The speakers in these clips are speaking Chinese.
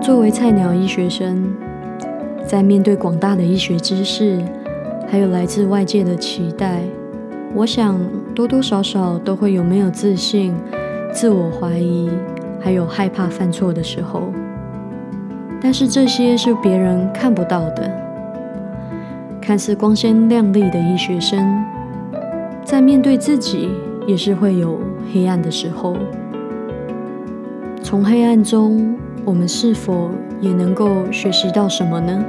作为菜鸟医学生，在面对广大的医学知识，还有来自外界的期待，我想多多少少都会有没有自信、自我怀疑，还有害怕犯错的时候。但是这些是别人看不到的。看似光鲜亮丽的医学生，在面对自己也是会有黑暗的时候。从黑暗中，我们是否也能够学习到什么呢？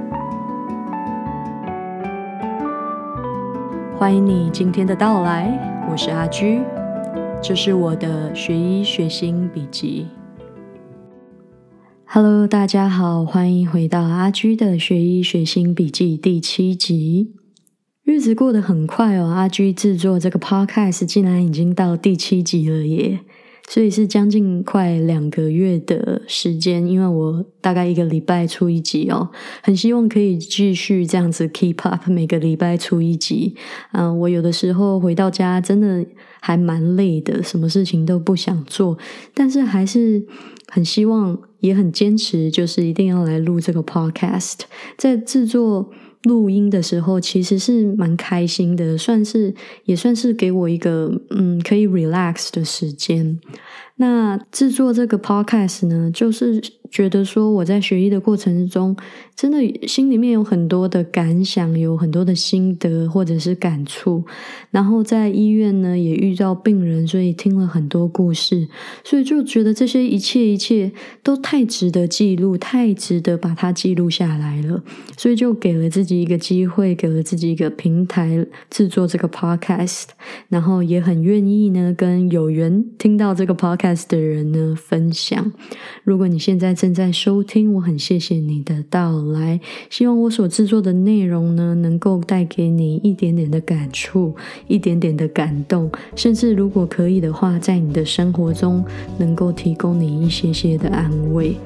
欢迎你今天的到来，我是阿居，这是我的学医学心笔记。Hello， 大家好，欢迎回到阿居的学医学心笔记第7集。日子过得很快哦，阿居制作这个 podcast 竟然已经到第7集了耶，所以是将近快2个月的时间，因为我大概1个礼拜出1集哦，很希望可以继续这样子 keep up， 每个礼拜出1集。我有的时候回到家真的还蛮累的，什么事情都不想做，但是还是很希望，也很坚持，就是一定要来录这个 podcast。 在制作录音的时候其实是蛮开心的，也算是给我一个可以 relax 的时间。那制作这个 podcast 呢，就是觉得说我在学医的过程中真的心里面有很多的感想，有很多的心得或者是感触，然后在医院呢也遇到病人，所以听了很多故事，所以就觉得这些一切都太值得记录，太值得把它记录下来了，所以就给了自己一个机会，给了自己一个平台制作这个 podcast， 然后也很愿意呢跟有缘听到这个 podcast的人呢分享。如果你现在正在收听，我很谢谢你的到来，希望我所制作的内容呢能够带给你一点点的感触，一点点的感动，甚至如果可以的话，在你的生活中能够提供你一些的安慰。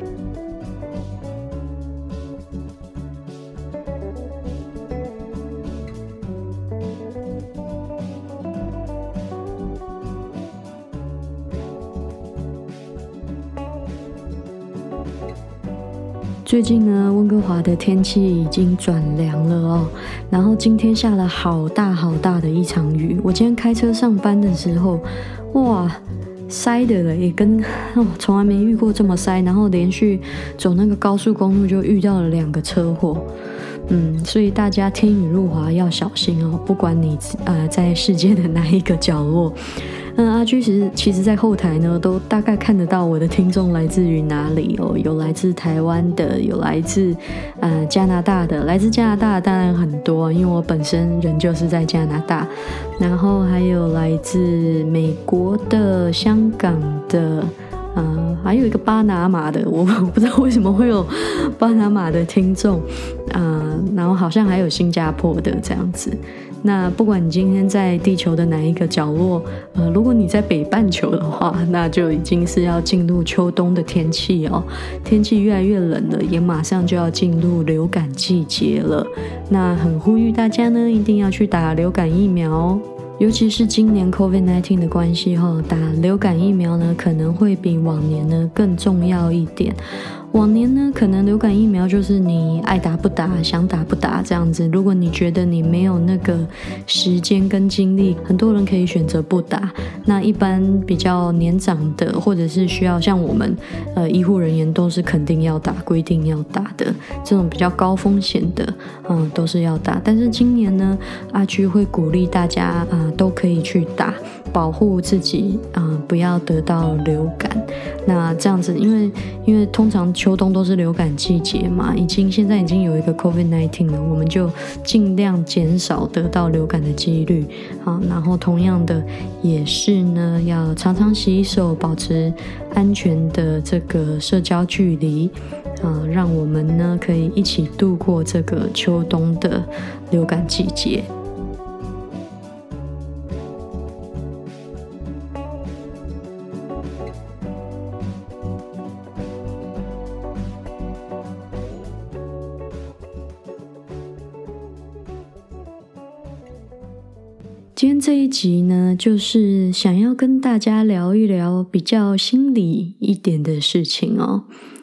最近呢，温哥华的天气已经转凉了哦，然后今天下了好大的一场雨。我今天开车上班的时候，哇，塞的了，也跟从来没遇过这么塞，然后连续走那个高速公路就遇到了2个车祸。所以大家天雨路滑要小心哦，不管你在世界的哪一个角落。阿居其实在后台呢都大概看得到我的听众来自于哪里哦，有来自台湾的，有来自加拿大的，来自加拿大的当然很多，因为我本身人就是在加拿大，然后还有来自美国的、香港的，还有一个巴拿马的，我不知道为什么会有巴拿马的听众，然后好像还有新加坡的这样子。那不管你今天在地球的哪一个角落，如果你在北半球的话，那就已经是要进入秋冬的天气哦，天气越来越冷了，也马上就要进入流感季节了。那很呼吁大家呢，一定要去打流感疫苗哦。尤其是今年 COVID-19 的关系打流感疫苗呢，可能会比往年呢更重要一点。往年呢，可能流感疫苗就是你爱打不打，想打不打这样子。如果你觉得你没有那个时间跟精力，很多人可以选择不打。那一般比较年长的，或者是需要像我们医护人员都是肯定要打，规定要打的。这种比较高风险的，都是要打。但是今年呢，阿居会鼓励大家都可以去打，保护自己不要得到流感。那这样子，因为通常秋冬都是流感季节嘛，现在已经有一个 COVID-19 了，我们就尽量减少得到流感的几率。然后同样的也是呢，要常常洗手，保持安全的这个社交距离，让我们呢可以一起度过这个秋冬的流感季节。今天这一集呢，就是想要跟大家聊一聊比较心理一点的事情哦。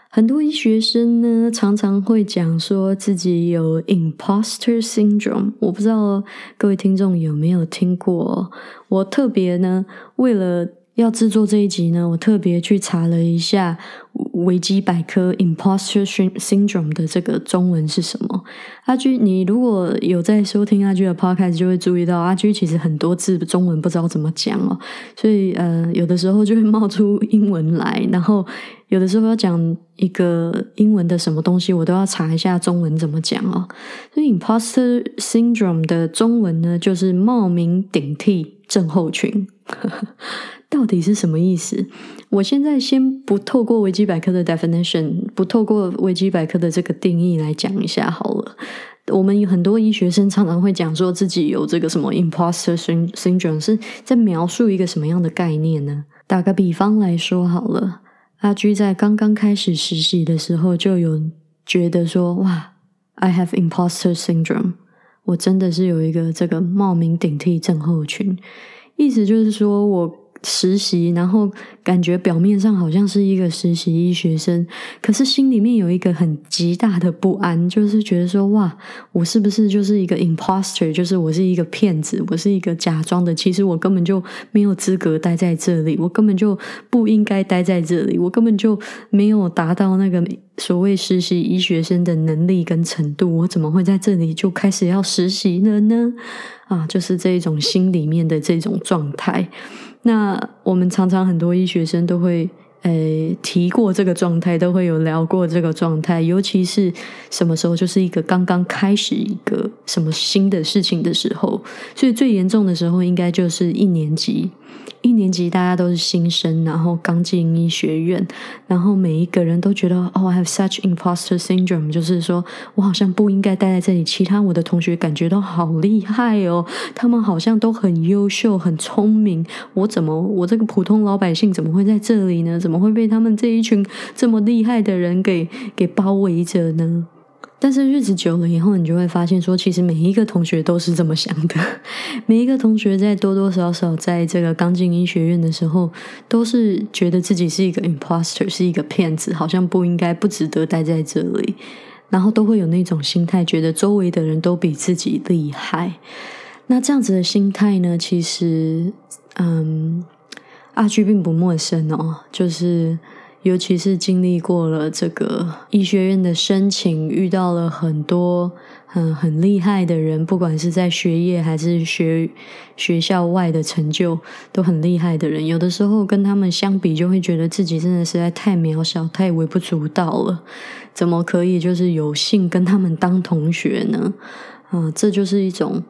很多医学生呢，常常会讲说自己有 imposter syndrome， 我不知道各位听众有没有听过。我特别呢，为了要制作这一集呢，我特别去查了一下维基百科 imposter syndrome 的这个中文是什么。阿居，你如果有在收听阿居的 podcast 就会注意到，阿居其实很多字中文不知道怎么讲哦，所以有的时候就会冒出英文来，然后有的时候要讲一个英文的什么东西，我都要查一下中文怎么讲哦。所以 imposter syndrome 的中文呢，就是冒名顶替症候群。到底是什么意思？我现在先不透过维基百科的 definition， 不透过维基百科的这个定义来讲一下好了。我们有很多医学生常常会讲说自己有这个什么 imposter syndrome， 是在描述一个什么样的概念呢？打个比方来说好了，阿居在刚刚开始实习的时候就有觉得说，哇 I have imposter syndrome， 我真的是有一个这个冒名顶替症候群。意思就是说我实习，然后感觉表面上好像是一个实习医学生，可是心里面有一个很极大的不安，就是觉得说，哇，我是不是就是一个 imposter， 就是我是一个骗子，我是一个假装的，其实我根本就没有资格待在这里，我根本就不应该待在这里，我根本就没有达到那个所谓实习医学生的能力跟程度，我怎么会在这里就开始要实习了呢？就是这一种心里面的这种状态。那我们常常很多医学生都会提过这个状态，都会有聊过这个状态，尤其是什么时候，就是一个刚刚开始一个什么新的事情的时候，所以最严重的时候应该就是一年级大家都是新生，然后刚进医学院，然后每一个人都觉得I have such imposter syndrome， 就是说我好像不应该待在这里，其他我的同学感觉都好厉害哦，他们好像都很优秀很聪明，我这个普通老百姓怎么会在这里呢？怎么会被他们这一群这么厉害的人给包围着呢？但是日子久了以后，你就会发现说，其实每一个同学都是这么想的。每一个同学在多多少少在这个刚进医学院的时候，都是觉得自己是一个 imposter， 是一个骗子，好像不应该不值得待在这里，然后都会有那种心态，觉得周围的人都比自己厉害。那这样子的心态呢，其实阿居并不陌生哦，就是尤其是经历过了这个医学院的申请，遇到了很多很厉害的人，不管是在学业还是学校外的成就都很厉害的人，有的时候跟他们相比，就会觉得自己真的实在太渺小太微不足道了，怎么可以就是有幸跟他们当同学呢？这就是一种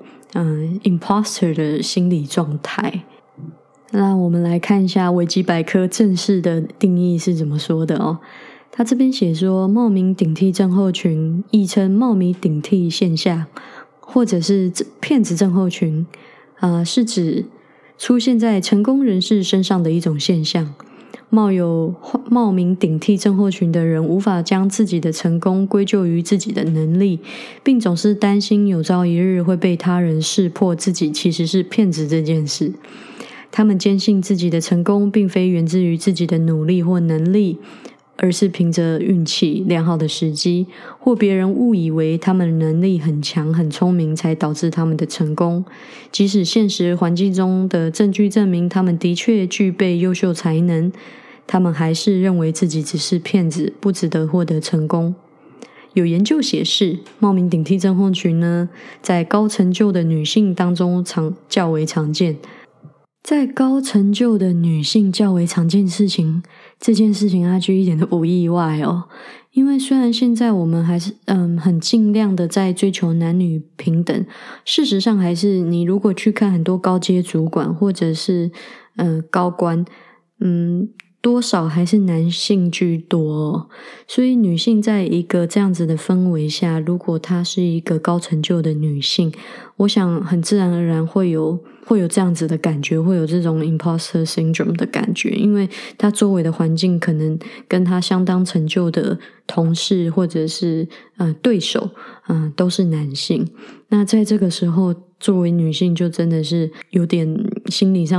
imposter 的心理状态。那我们来看一下维基百科正式的定义是怎么说的哦。他这边写说，冒名顶替症候群，亦称冒名顶替现象，或者是骗子症候群，是指出现在成功人士身上的一种现象。冒名顶替症候群的人无法将自己的成功归咎于自己的能力，并总是担心有朝一日会被他人识破自己其实是骗子这件事。他们坚信自己的成功并非源自于自己的努力或能力，而是凭着运气、良好的时机，或别人误以为他们能力很强、很聪明才导致他们的成功。即使现实环境中的证据证明他们的确具备优秀才能，他们还是认为自己只是骗子，不值得获得成功。有研究显示，冒名顶替症候群呢，在高成就的女性当中较为常见。在高成就的女性较为常见这件事情阿居一点都不意外哦。因为虽然现在我们还是很尽量的在追求男女平等，事实上还是你如果去看很多高阶主管或者是高官，多少还是男性居多哦。所以女性在一个这样子的氛围下，如果她是一个高成就的女性，我想很自然而然会有这样子的感觉，会有这种 imposter syndrome 的感觉，因为她周围的环境可能跟她相当成就的同事或者是对手都是男性。那在这个时候作为女性就真的是有点心理上面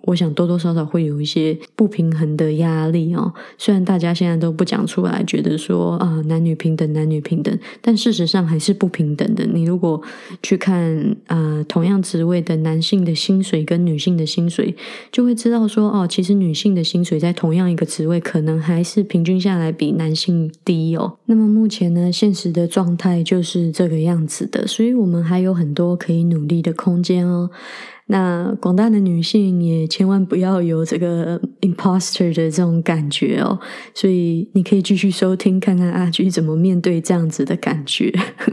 我想多多少少会有一些不平衡的压力哦。虽然大家现在都不讲出来，觉得说男女平等男女平等，但事实上还是不平等的。你如果去看同样职位的男性的薪水跟女性的薪水，就会知道说其实女性的薪水在同样一个职位可能还是平均下来比男性低哦。那么目前呢，现实的状态就是这个样子的，所以我们还有很多可以努力的空间哦。那广大的女性也千万不要有这个 imposter 的这种感觉哦，所以你可以继续收听看看阿居怎么面对这样子的感觉。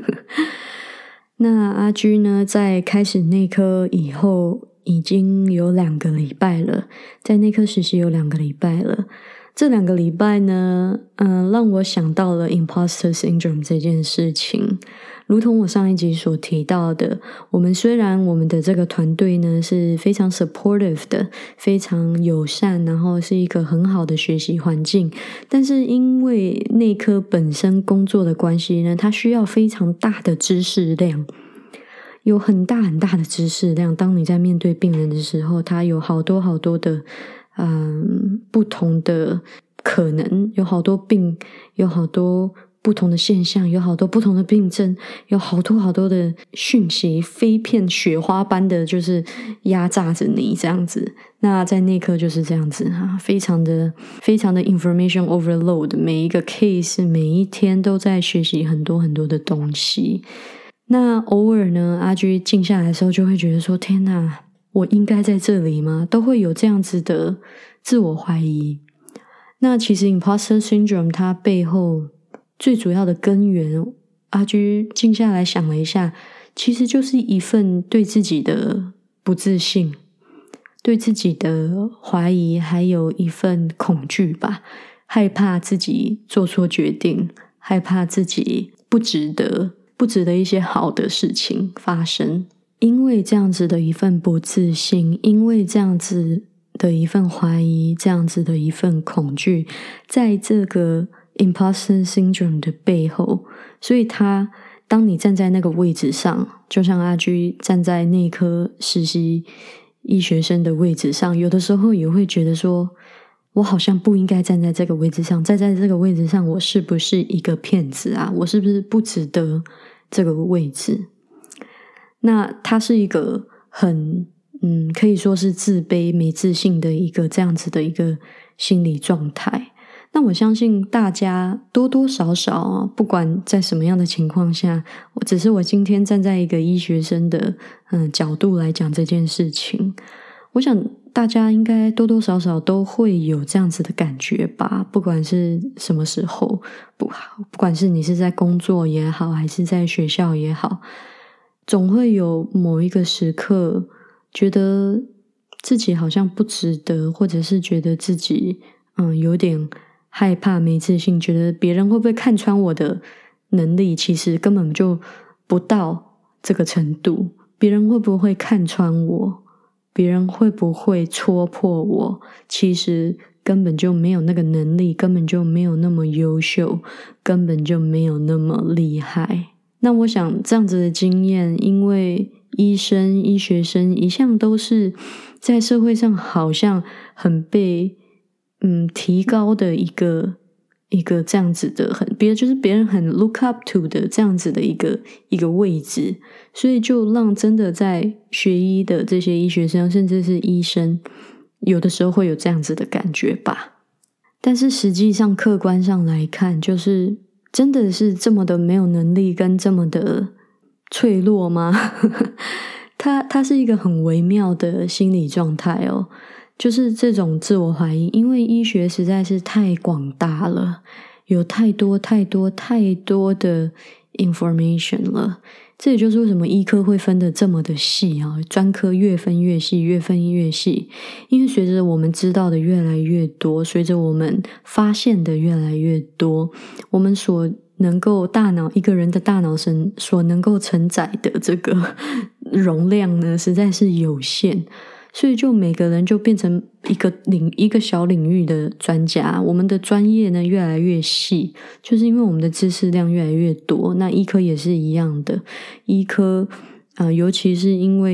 那阿居呢，在开始内科以后已经有2个礼拜了，在内科实习有2个礼拜了。这2个礼拜呢，让我想到了 imposter syndrome 这件事情。如同我上一集所提到的，虽然我们的这个团队呢是非常 supportive 的，非常友善，然后是一个很好的学习环境，但是因为内科本身工作的关系呢，它需要非常大的知识量，有很大很大的知识量。当你在面对病人的时候，它有好多好多的不同的可能，有好多病，有好多不同的现象，有好多不同的病症，有好多好多的讯息，飞片雪花般的就是压榨着你这样子。那在内科就是这样子非常的 information overload， 每一个 case 每一天都在学习很多很多的东西。那偶尔呢，阿居静下来的时候就会觉得说，天哪，我应该在这里吗？都会有这样子的自我怀疑。那其实 imposter syndrome 它背后最主要的根源，阿居静下来想了一下，其实就是一份对自己的不自信，对自己的怀疑，还有一份恐惧吧，害怕自己做错决定，害怕自己不值得一些好的事情发生。因为这样子的一份不自信，因为这样子的一份怀疑，这样子的一份恐惧，在这个 imposter syndrome 的背后，所以当你站在那个位置上，就像阿居站在内科实习医学生的位置上，有的时候也会觉得说，我好像不应该站在这个位置上，站在这个位置上，我是不是一个骗子啊？我是不是不值得这个位置？那它是一个很可以说是自卑没自信的一个这样子的一个心理状态。那我相信大家多多少少不管在什么样的情况下，只是我今天站在一个医学生的角度来讲这件事情，我想大家应该多多少少都会有这样子的感觉吧，不管是什么时候，不管是你是在工作也好，还是在学校也好，总会有某一个时刻觉得自己好像不值得，或者是觉得自己有点害怕没自信，觉得别人会不会看穿我的能力，其实根本就不到这个程度。别人会不会看穿我，别人会不会戳破我，其实根本就没有那个能力，根本就没有那么优秀，根本就没有那么厉害。那我想这样子的经验，因为医生医学生一向都是在社会上好像很被提高的一个这样子的就是别人很 look up to 的这样子的一个位置，所以就让真的在学医的这些医学生甚至是医生有的时候会有这样子的感觉吧。但是实际上客观上来看，就是真的是这么的没有能力跟这么的脆弱吗？它是一个很微妙的心理状态哦，就是这种自我怀疑，因为医学实在是太广大了，有太多太多太多的 information 了。这也就是为什么医科会分得这么的细啊，专科越分越细，越分越细。因为随着我们知道的越来越多，随着我们发现的越来越多，我们所能够一个人的大脑所能够承载的这个容量呢，实在是有限。所以就每个人就变成一个小领域的专家，我们的专业呢越来越细，就是因为我们的知识量越来越多。那医科也是一样的，医科尤其是因为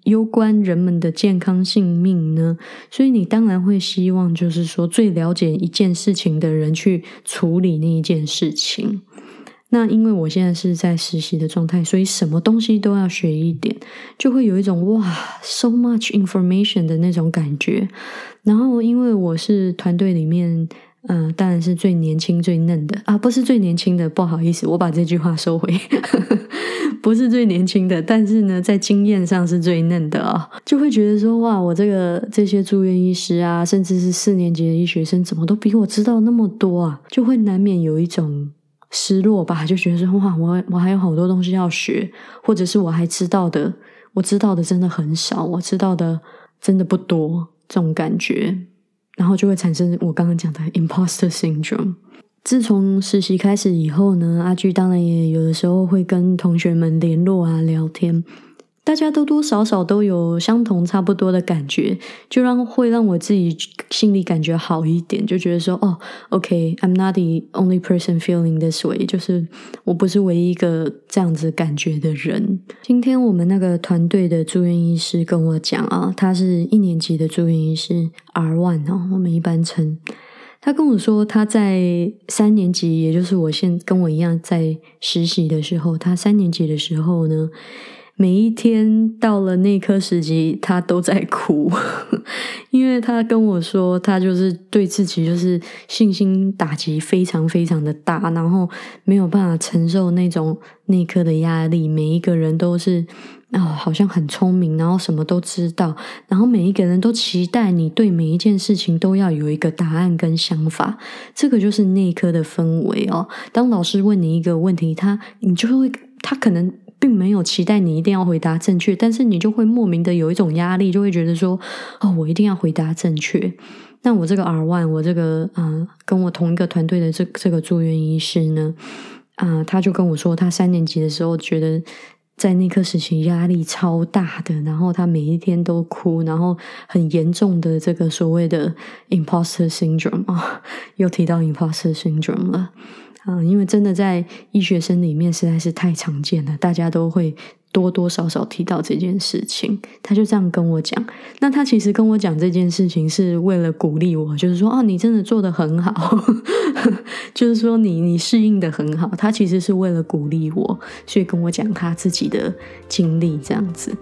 攸关人们的健康性命呢，所以你当然会希望就是说最了解一件事情的人去处理那一件事情。那因为我现在是在实习的状态，所以什么东西都要学一点，就会有一种哇 so much information 的那种感觉。然后因为我是团队里面当然是最年轻最嫩的啊，不是最年轻的，不好意思，我把这句话收回不是最年轻的，但是呢在经验上是最嫩的啊，就会觉得说哇，我这些住院医师啊，甚至是4年级的医学生怎么都比我知道那么多啊，就会难免有一种失落吧，就觉得说哇，我还有好多东西要学，或者是我知道的真的很少，我知道的真的不多，这种感觉，然后就会产生我刚刚讲的 imposter syndrome。 自从实习开始以后呢，阿居当然也有的时候会跟同学们联络啊聊天，大家多多少少都有相同差不多的感觉，就会让我自己心里感觉好一点，就觉得说OK I'm not the only person feeling this way， 就是我不是唯一一个这样子感觉的人。今天我们那个团队的住院医师跟我讲啊，他是1年级的住院医师 R1 我们一般称。他跟我说他在3年级，也就是跟我一样在实习的时候，他3年级的时候呢，每一天到了内科时期他都在哭因为他跟我说他就是对自己就是信心打击非常非常的大，然后没有办法承受那种内科的压力，每一个人都是好像很聪明，然后什么都知道，然后每一个人都期待你对每一件事情都要有一个答案跟想法，这个就是内科的氛围当老师问你一个问题，他可能并没有期待你一定要回答正确，但是你就会莫名的有一种压力，就会觉得说我一定要回答正确。那我这个 R1， 我这个跟我同一个团队的这个住院医师呢他就跟我说他3年级的时候觉得在内科时期压力超大的，然后他每一天都哭，然后很严重的这个所谓的 imposter syndrome 又提到 imposter syndrome 了因为真的在医学生里面实在是太常见了，大家都会多多少少提到这件事情。他就这样跟我讲，那他其实跟我讲这件事情是为了鼓励我，就是说你真的做得很好就是说你适应得很好，他其实是为了鼓励我，所以跟我讲他自己的经历这样子。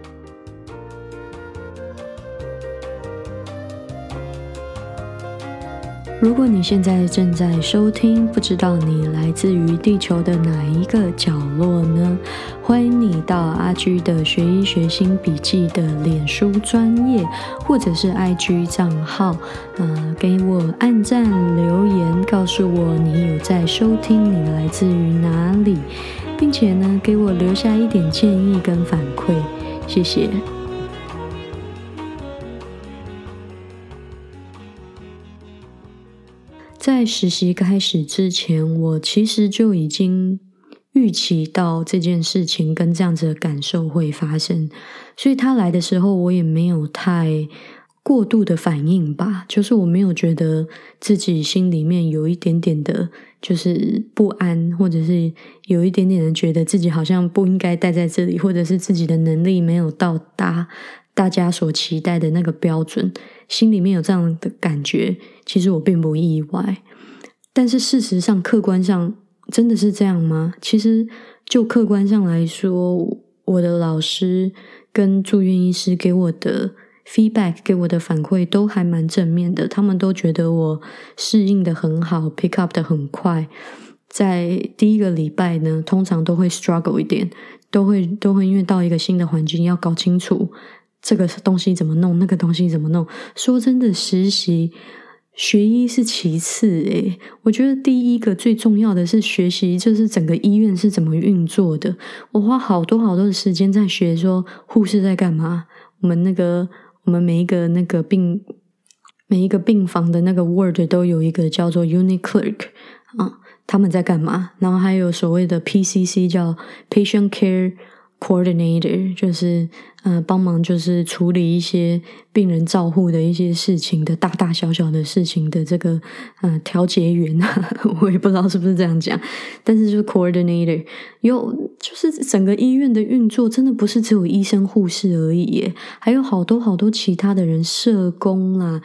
如果你现在正在收听，不知道你来自于地球的哪一个角落呢？欢迎你到阿居的学医学心笔记的脸书专页或者是 IG 账号给我按赞留言，告诉我你有在收听，你来自于哪里，并且呢给我留下一点建议跟反馈，谢谢。在实习开始之前，我其实就已经预期到这件事情跟这样子的感受会发生，所以他来的时候我也没有太过度的反应吧，就是我没有觉得自己心里面有一点点的就是不安，或者是有一点点的觉得自己好像不应该待在这里，或者是自己的能力没有到达大家所期待的那个标准，心里面有这样的感觉，其实我并不意外。但是事实上客观上真的是这样吗？其实就客观上来说，我的老师跟住院医师给我的 feedback 给我的反馈都还蛮正面的，他们都觉得我适应的很好， pick up 的很快。在第一个礼拜呢，通常都会 struggle 一点，都会因为到一个新的环境要搞清楚这个东西怎么弄，那个东西怎么弄。说真的，实习学医是其次我觉得第一个最重要的是学习，就是整个医院是怎么运作的。我花好多的时间在学说护士在干嘛，我们每一个病房的那个 ward 都有一个叫做 unit clerk 他们在干嘛，然后还有所谓的 PCC 叫 patient care coordinator， 就是帮忙就是处理一些病人照护的一些事情的大大小小的事情的这个调节员我也不知道是不是这样讲，但是就是 coordinator， 就是整个医院的运作真的不是只有医生护士而已耶，还有好多好多其他的人，社工啦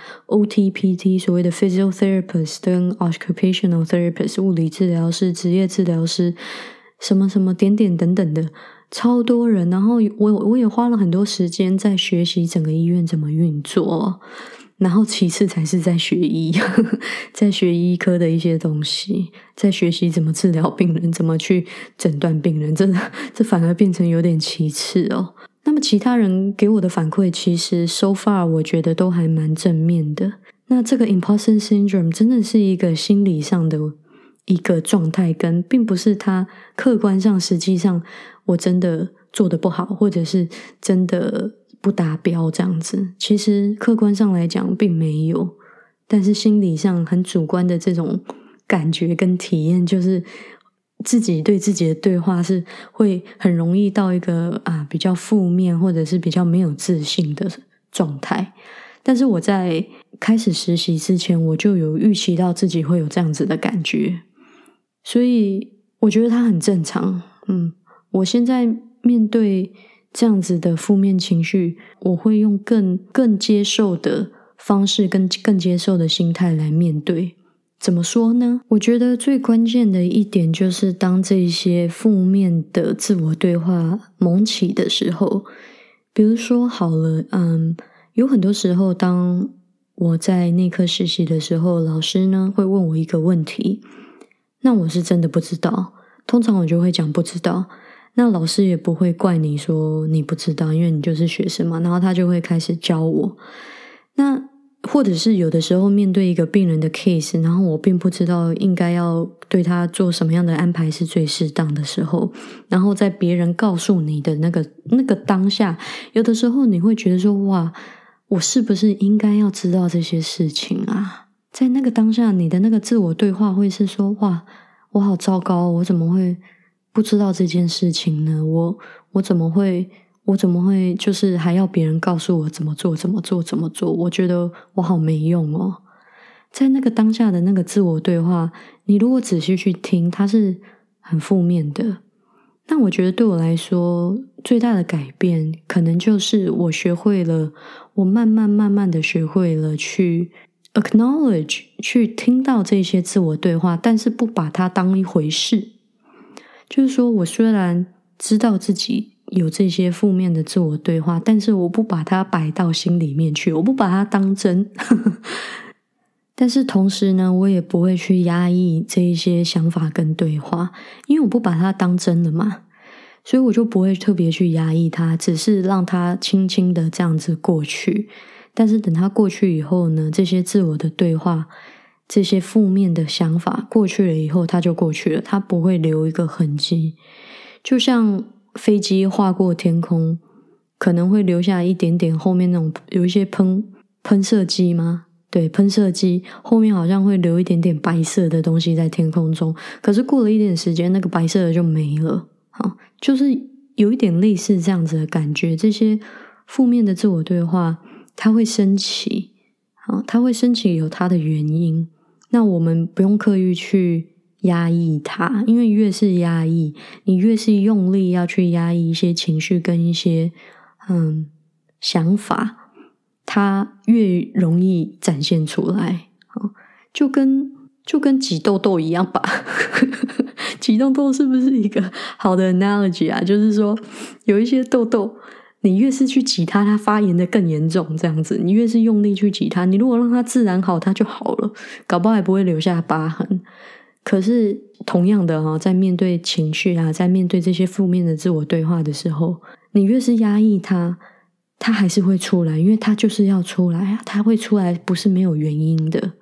OT、PT 所谓的 physiotherapist 跟 occupational therapist 物理治疗师、职业治疗师什么什么点点等等的超多人，然后我也花了很多时间在学习整个医院怎么运作，然后其次才是在学医在学医科的一些东西，在学习怎么治疗病人，怎么去诊断病人，这反而变成有点其次哦。那么其他人给我的反馈其实 so far 我觉得都还蛮正面的。那这个 imposter syndrome 真的是一个心理上的一个状态，跟并不是它客观上实际上我真的做得不好，或者是真的不达标这样子，其实客观上来讲并没有，但是心理上很主观的这种感觉跟体验，就是自己对自己的对话是会很容易到一个比较负面或者是比较没有自信的状态。但是我在开始实习之前，我就有预期到自己会有这样子的感觉，所以我觉得它很正常。我现在面对这样子的负面情绪，我会用更接受的方式跟更接受的心态来面对。怎么说呢？我觉得最关键的一点就是当这些负面的自我对话萌起的时候，比如说好了，有很多时候当我在内科实习的时候，老师呢会问我一个问题，那我是真的不知道，通常我就会讲不知道，那老师也不会怪你说你不知道，因为你就是学生嘛，然后他就会开始教我。那或者是有的时候面对一个病人的 case， 然后我并不知道应该要对他做什么样的安排是最适当的时候，然后在别人告诉你的那个当下，有的时候你会觉得说，哇，我是不是应该要知道这些事情啊？在那个当下，你的那个自我对话会是说，哇，我好糟糕，我怎么会不知道这件事情呢？我怎么会就是还要别人告诉我怎么做？我觉得我好没用哦。在那个当下的那个自我对话，你如果仔细去听，它是很负面的。那我觉得对我来说最大的改变，可能就是我慢慢的学会了去 acknowledge， 去听到这些自我对话，但是不把它当一回事。就是说我虽然知道自己有这些负面的自我对话，但是我不把它摆到心里面去，我不把它当真但是同时呢，我也不会去压抑这一些想法跟对话，因为我不把它当真了嘛，所以我就不会特别去压抑它，只是让它轻轻的这样子过去。但是等它过去以后呢，这些自我的对话，这些负面的想法过去了以后，它就过去了，它不会留一个痕迹。就像飞机划过天空，可能会留下一点点后面那种有一些喷射机吗？对，喷射机后面好像会留一点点白色的东西在天空中，可是过了一点时间，那个白色的就没了。就是有一点类似这样子的感觉。这些负面的自我对话，它会升起，它会升起有它的原因。那我们不用刻意去压抑它，因为越是压抑，你越是用力要去压抑一些情绪跟一些想法，它越容易展现出来。就跟挤痘痘一样吧挤痘痘是不是一个好的 analogy 啊？就是说有一些痘痘，你越是去挤它，它发炎的更严重，这样子你越是用力去挤它，你如果让它自然好，它就好了，搞不好还不会留下疤痕。可是同样的在面对情绪在面对这些负面的自我对话的时候，你越是压抑它，它还是会出来，因为它就是要出来它会出来不是没有原因的。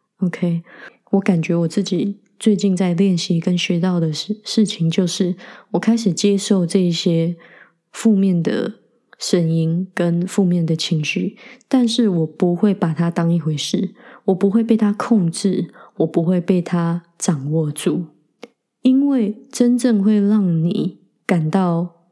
OK， 我感觉我自己最近在练习跟学到的事情，就是我开始接受这些负面的声音跟负面的情绪，但是我不会把它当一回事，我不会被它控制，我不会被它掌握住。因为真正会让你感到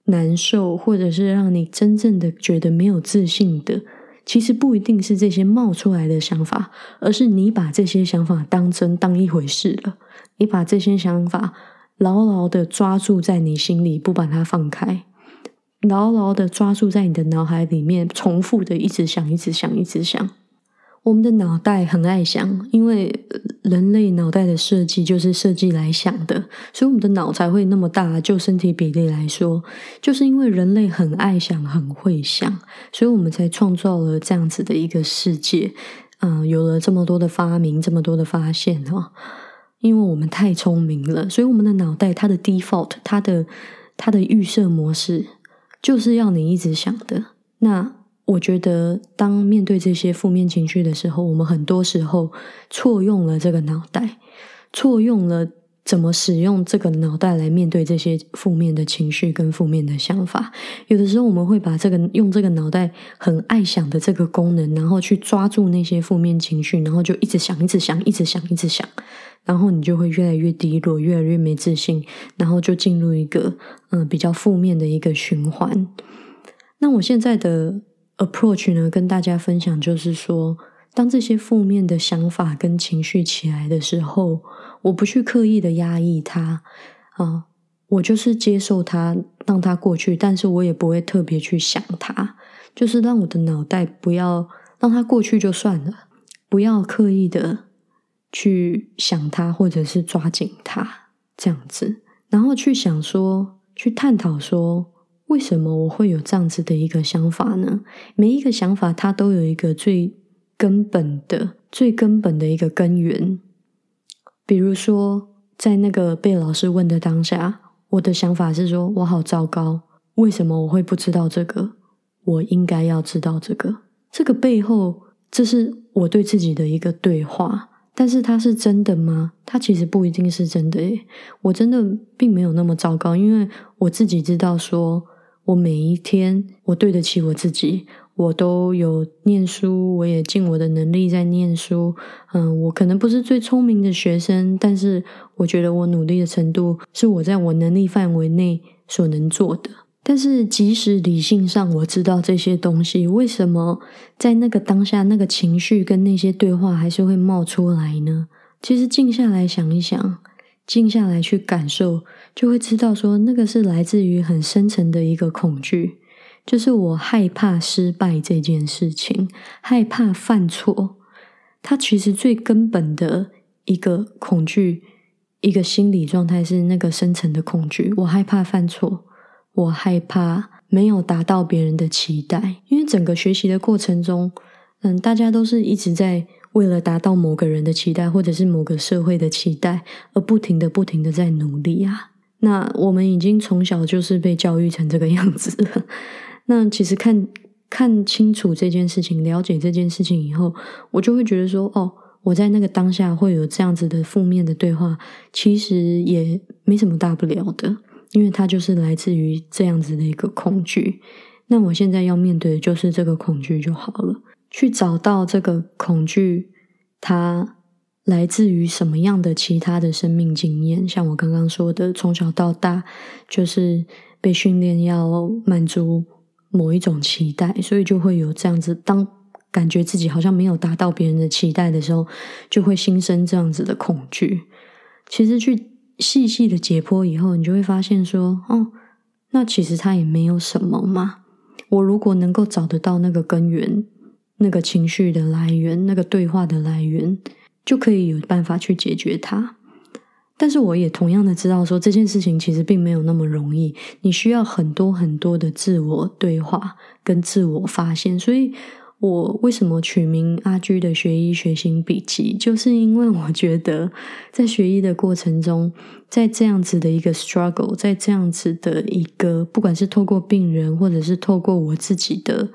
难受，或者是让你真正的觉得没有自信的，其实不一定是这些冒出来的想法，而是你把这些想法当真当一回事了，你把这些想法牢牢的抓住在你心里，不把它放开，牢牢的抓住在你的脑海里面，重复的一直想一直想一直想。我们的脑袋很爱想，因为人类脑袋的设计就是设计来想的，所以我们的脑才会那么大，就身体比例来说，就是因为人类很爱想很会想，所以我们才创造了这样子的一个世界，有了这么多的发明，这么多的发现因为我们太聪明了，所以我们的脑袋它的 default 它的预设模式就是要你一直想的。那我觉得当面对这些负面情绪的时候，我们很多时候错用了这个脑袋，错用了怎么使用这个脑袋来面对这些负面的情绪跟负面的想法。有的时候我们会把用这个脑袋很爱想的这个功能，然后去抓住那些负面情绪，然后就一直想一直想一直想一直想，然后你就会越来越低落，越来越没自信，然后就进入一个比较负面的一个循环。那我现在的approach 呢，跟大家分享就是说，当这些负面的想法跟情绪起来的时候，我不去刻意的压抑它我就是接受它，让它过去，但是我也不会特别去想它，就是让我的脑袋不要让它过去就算了，不要刻意的去想它或者是抓紧它这样子，然后去想说，去探讨说为什么我会有这样子的一个想法呢？每一个想法它都有一个最根本的一个根源。比如说在那个被老师问的当下，我的想法是说我好糟糕，为什么我会不知道这个？我应该要知道这个。这个背后，这是我对自己的一个对话，但是它是真的吗？它其实不一定是真的耶。我真的并没有那么糟糕，因为我自己知道说我每一天我对得起我自己，我都有念书，我也尽我的能力在念书。我可能不是最聪明的学生，但是我觉得我努力的程度是我在我能力范围内所能做的。但是即使理性上我知道这些东西，为什么在那个当下那个情绪跟那些对话还是会冒出来呢？其实静下来想一想，静下来去感受，就会知道说那个是来自于很深层的一个恐惧，就是我害怕失败这件事情，害怕犯错。它其实最根本的一个恐惧，一个心理状态是那个深层的恐惧，我害怕犯错，我害怕没有达到别人的期待。因为整个学习的过程中大家都是一直在为了达到某个人的期待，或者是某个社会的期待，而不停的在努力啊。那我们已经从小就是被教育成这个样子了。那其实看清楚这件事情，了解这件事情以后，我就会觉得说我在那个当下会有这样子的负面的对话，其实也没什么大不了的，因为它就是来自于这样子的一个恐惧。那我现在要面对的就是这个恐惧就好了，去找到这个恐惧它来自于什么样的其他的生命经验。像我刚刚说的，从小到大就是被训练要满足某一种期待，所以就会有这样子，当感觉自己好像没有达到别人的期待的时候，就会心生这样子的恐惧。其实去细细的解剖以后，你就会发现说那其实它也没有什么嘛。我如果能够找得到那个根源，那个情绪的来源，那个对话的来源，就可以有办法去解决它。但是我也同样的知道说，这件事情其实并没有那么容易，你需要很多很多的自我对话跟自我发现。所以我为什么取名阿居的学医学心笔记，就是因为我觉得在学医的过程中，在这样子的一个 struggle， 在这样子的一个不管是透过病人或者是透过我自己的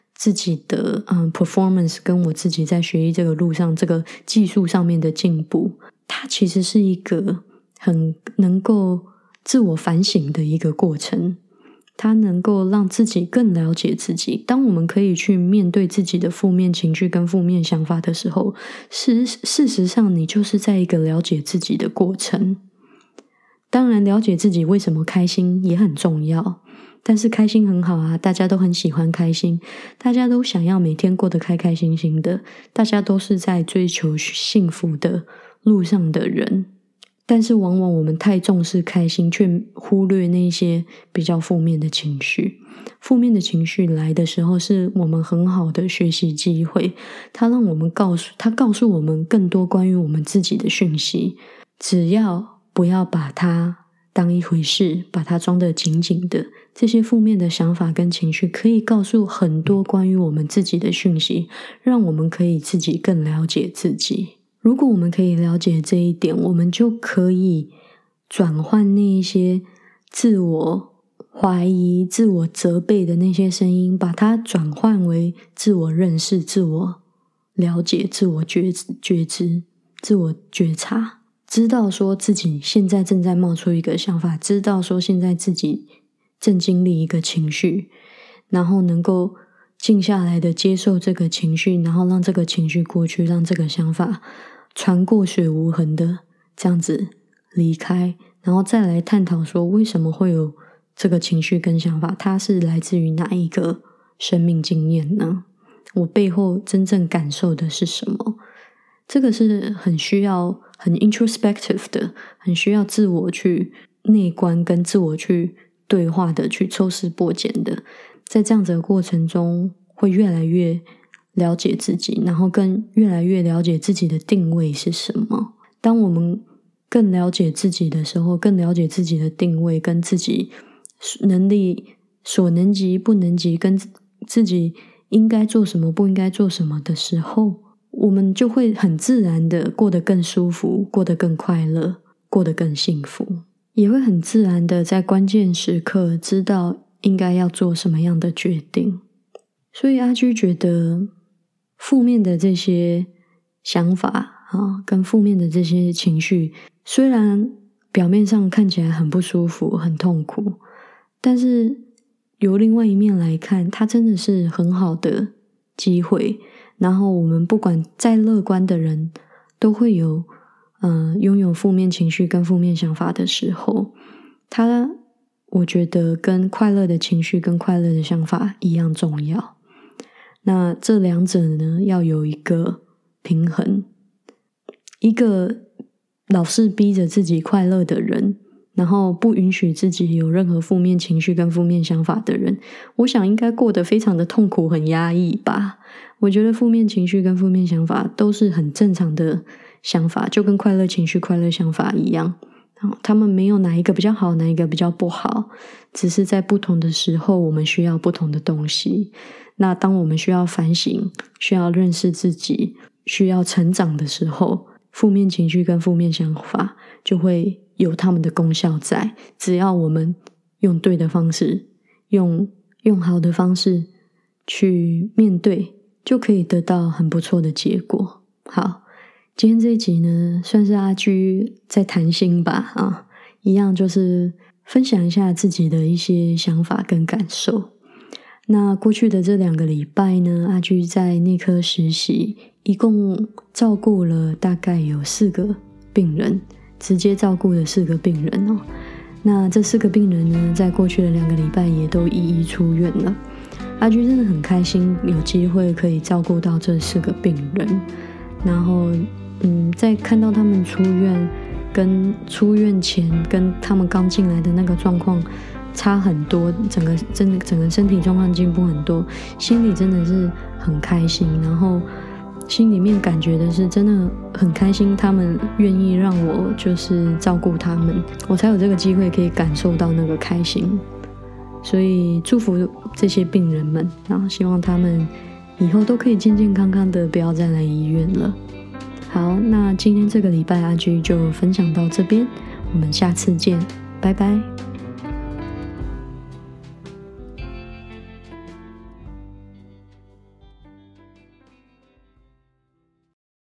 performance， 跟我自己在学医这个路上这个技术上面的进步，它其实是一个很能够自我反省的一个过程，它能够让自己更了解自己。当我们可以去面对自己的负面情绪跟负面想法的时候，事实上你就是在一个了解自己的过程。当然了解自己为什么开心也很重要， 但是开心很好啊，大家都很喜欢开心，大家都想要每天过得开开心心的，大家都是在追求幸福的路上的人。但是往往我们太重视开心，却忽略那些比较负面的情绪。负面的情绪来的时候，是我们很好的学习机会，它告诉我们更多关于我们自己的讯息。只要不要把它当一回事，把它装得紧紧的，这些负面的想法跟情绪可以告诉很多关于我们自己的讯息，让我们可以自己更了解自己。如果我们可以了解这一点，我们就可以转换那一些自我怀疑、自我责备的那些声音，把它转换为自我认识、自我了解、自我觉知、自我觉察，知道说自己现在正在冒出一个想法，知道说现在自己正经历一个情绪，然后能够静下来的接受这个情绪，然后让这个情绪过去，让这个想法船过水无痕的这样子离开，然后再来探讨说为什么会有这个情绪跟想法，它是来自于哪一个生命经验呢？我背后真正感受的是什么？这个是很需要很 introspective 的，很需要自我去内观跟自我去对话的，去抽丝剥茧的。在这样子的过程中，会越来越了解自己，然后更越来越了解自己的定位是什么。当我们更了解自己的时候，更了解自己的定位跟自己能力所能及不能及，跟自己应该做什么不应该做什么的时候，我们就会很自然的过得更舒服，过得更快乐，过得更幸福，也会很自然的在关键时刻知道应该要做什么样的决定。所以阿居觉得负面的这些想法跟负面的这些情绪，虽然表面上看起来很不舒服很痛苦，但是由另外一面来看，它真的是很好的机会。然后我们不管再乐观的人都会有拥有负面情绪跟负面想法的时候，我觉得跟快乐的情绪跟快乐的想法一样重要。那这两者呢，要有一个平衡。一个老是逼着自己快乐的人，然后不允许自己有任何负面情绪跟负面想法的人，我想应该过得非常的痛苦很压抑吧。我觉得负面情绪跟负面想法都是很正常的想法，就跟快乐情绪快乐想法一样，他们没有哪一个比较好，哪一个比较不好，只是在不同的时候我们需要不同的东西。那当我们需要反省，需要认识自己，需要成长的时候，负面情绪跟负面想法就会有他们的功效在。只要我们用对的方式，用好的方式去面对，就可以得到很不错的结果。好，今天这一集呢，算是阿居在谈心吧，一样就是分享一下自己的一些想法跟感受。那过去的这2个礼拜呢，阿居在内科实习，一共照顾了大概有4个病人，直接照顾了4个病人哦。那这4个病人呢，在过去的2个礼拜也都一一出院了。阿居真的很开心，有机会可以照顾到这4个病人。然后在看到他们出院，跟出院前跟他们刚进来的那个状况差很多，整个身体状况进步很多，心里真的是很开心。然后心里面感觉的是真的很开心，他们愿意让我就是照顾他们，我才有这个机会可以感受到那个开心。所以祝福这些病人们，然后希望他们以后都可以健健康康的，不要再来医院了。好，那今天这个礼拜阿居就分享到这边，我们下次见，拜拜。